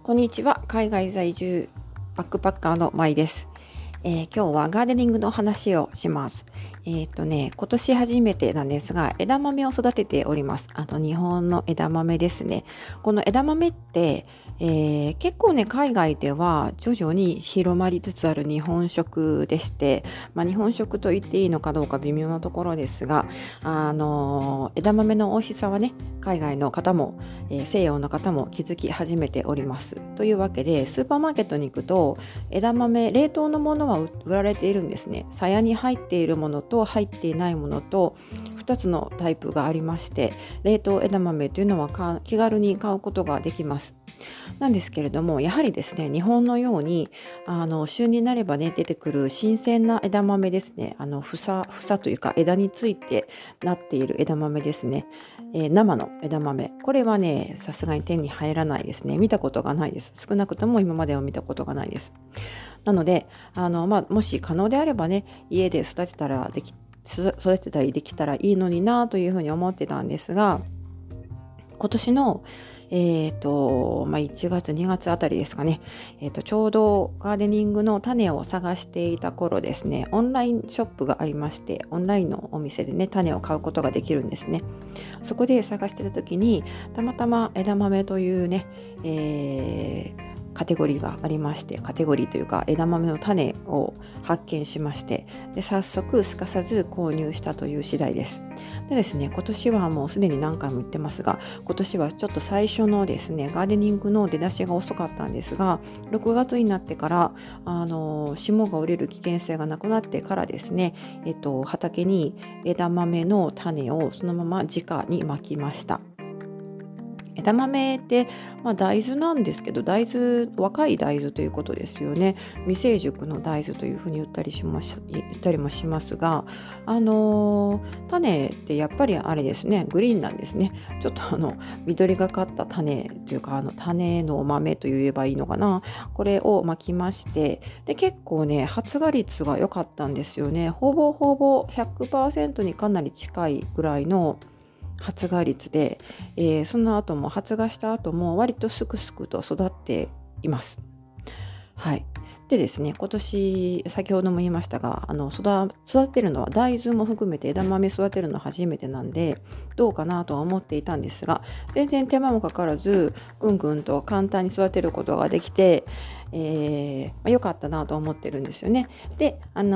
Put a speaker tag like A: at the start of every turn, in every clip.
A: こんにちは。海外在住バックパッカーのまいです。今日はガーデニングの話をします。今年初めてなんですが、枝豆を育てております。日本の枝豆ですね。この枝豆って、結構ね、海外では徐々に広まりつつある日本食でして、日本食と言っていいのかどうか微妙なところですが、枝豆の美味しさはね、海外の方も、西洋の方も気づき始めております。というわけで、スーパーマーケットに行くと、枝豆、冷凍のものは売られているんですね。鞘に入っているものと入っていないものと2つのタイプがありまして、冷凍枝豆というのは気軽に買うことができます。なんですけれども、やはりですね、日本のように旬になればね出てくる新鮮な枝豆ですね、房というか枝についてなっている枝豆ですね、生の枝豆、これはねさすがに手に入らないですね。見たことがないです。少なくとも今までは見たことがないです。なのでもし可能であればね、家で育てたりできたらいいのになというふうに思ってたんですが、今年の1月2月あたりですかね、ちょうどガーデニングの種を探していた頃ですね、オンラインショップがありまして、オンラインのお店でね種を買うことができるんですね。そこで探してた時にたまたま枝豆というね、カテゴリーがありまして、カテゴリーというか枝豆の種を発見しまして、で早速すかさず購入したという次第です。でですね、今年はもうすでに何回も言ってますが、今年はちょっと最初のですねガーデニングの出だしが遅かったんですが、6月になってから霜が降りる危険性がなくなってからですね、畑に枝豆の種をそのまま直にまきました。枝豆って、大豆なんですけど、若い大豆ということですよね。未成熟の大豆というふうに言ったりもしますが、種ってやっぱりあれですね、グリーンなんですね。ちょっと緑がかった種というか、種の豆と言えばいいのかな。これをまきまして、で結構ね発芽率が良かったんですよね。ほぼほぼ 100% にかなり近いぐらいの発芽率で、その後も発芽した後も割とすくすくと育っています。はい。でですね、今年先ほども言いましたが、育てるのは大豆も含めて枝豆育てるのは初めてなんでどうかなとは思っていたんですが、全然手間もかからずぐんぐんと簡単に育てることができて、良かったなと思ってるんですよね。で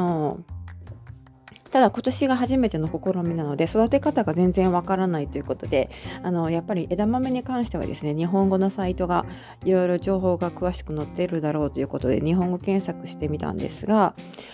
A: ただ今年が初めての試みなので育て方が全然わからないということで、やっぱり枝豆に関してはですね、日本語のサイトがいろいろ情報が詳しく載っているだろうということで日本語検索してみたんですが、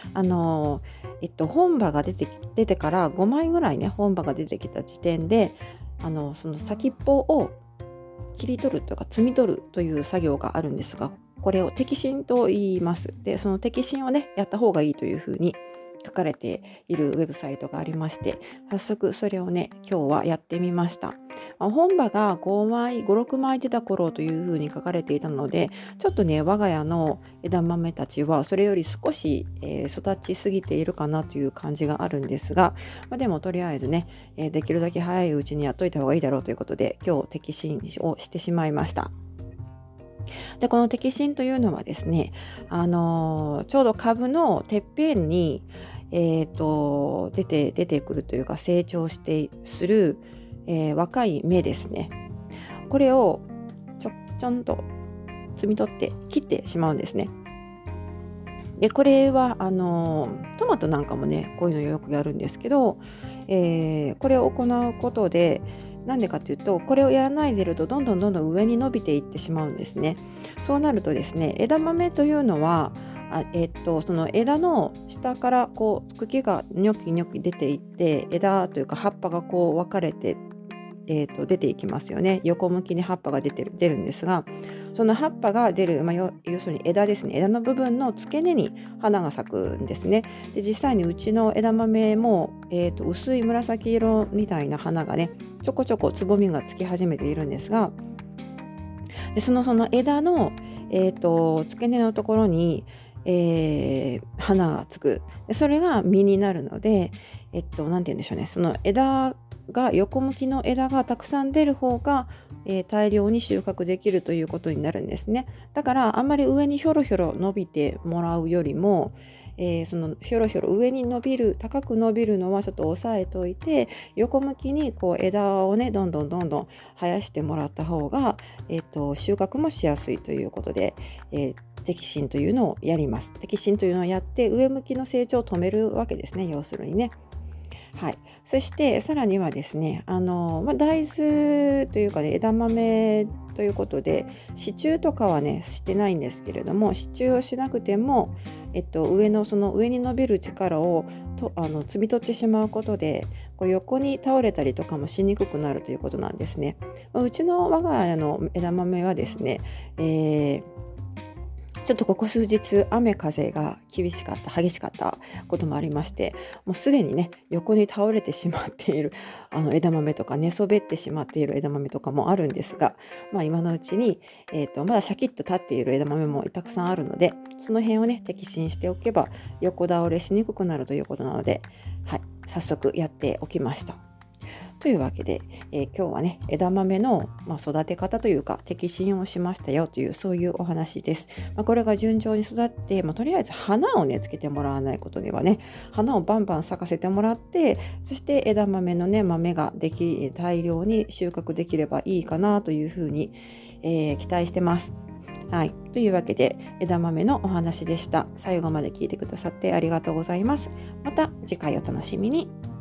A: 本葉が出てから5枚ぐらいね、本葉が出てきた時点でその先っぽを切り取るとか摘み取るという作業があるんですが、これを摘心と言います。でその摘心をねやった方がいいというふうに書かれているウェブサイトがありまして、早速それをね今日はやってみました。本葉が5、6枚出た頃というふうに書かれていたので、ちょっとね我が家の枝豆たちはそれより少し、育ちすぎているかなという感じがあるんですが、でもとりあえずね、できるだけ早いうちにやっといた方がいいだろうということで今日摘心をしてしまいました。でこの摘心というのはですね、ちょうど株のてっぺんに出てくるというか成長する、若い芽ですね。これをちょんと摘み取って切ってしまうんですね。でこれはトマトなんかもねこういうのよくやるんですけど、これを行うことでなんでかというと、これをやらないでいるとどんどん上に伸びていってしまうんですね。そうなるとですね、枝豆というのはその枝の下からこう茎がニョキニョキ出ていって、枝というか葉っぱがこう分かれて、出ていきますよね。横向きに葉っぱが出るんですが、その葉っぱが出る、要するに枝ですね、枝の部分の付け根に花が咲くんですね。で実際にうちの枝豆も、薄い紫色みたいな花がねちょこちょこつぼみがつき始めているんですが、でその枝の、付け根のところに花がつく。でそれが実になるので、なんて言うんでしょうね、その枝が横向きの枝がたくさん出る方が、大量に収穫できるということになるんですね。だからあんまり上にひょろひょろ伸びてもらうよりも、そのひょろひょろ上に伸びる高く伸びるのはちょっと抑えといて、横向きにこう枝をねどんどん生やしてもらった方が、収穫もしやすいということで、摘心というのをやります。摘心というのをやって上向きの成長を止めるわけですね、要するにね。はい、そしてさらにはですね、大豆というかね、枝豆ということで支柱とかはねしてないんですけれども、支柱をしなくても、その上に伸びる力を摘み取ってしまうことで、こう横に倒れたりとかもしにくくなるということなんですね。うちの我が家の枝豆はですね、ちょっとここ数日雨風が激しかったこともありまして、もうすでにね横に倒れてしまっている枝豆とか寝そべってしまっている枝豆とかもあるんですが、今のうちに、まだシャキッと立っている枝豆もたくさんあるので、その辺をね摘心しておけば横倒れしにくくなるということなので、はい、早速やっておきました。というわけで、今日はね枝豆の、育て方というか摘心をしましたよという、そういうお話です。これが順調に育って、とりあえず花をねつけてもらわないことにはね、花をバンバン咲かせてもらって、そして枝豆のね豆が大量に収穫できればいいかなというふうに、期待してます。はい、というわけで枝豆のお話でした。最後まで聞いてくださってありがとうございます。また次回お楽しみに。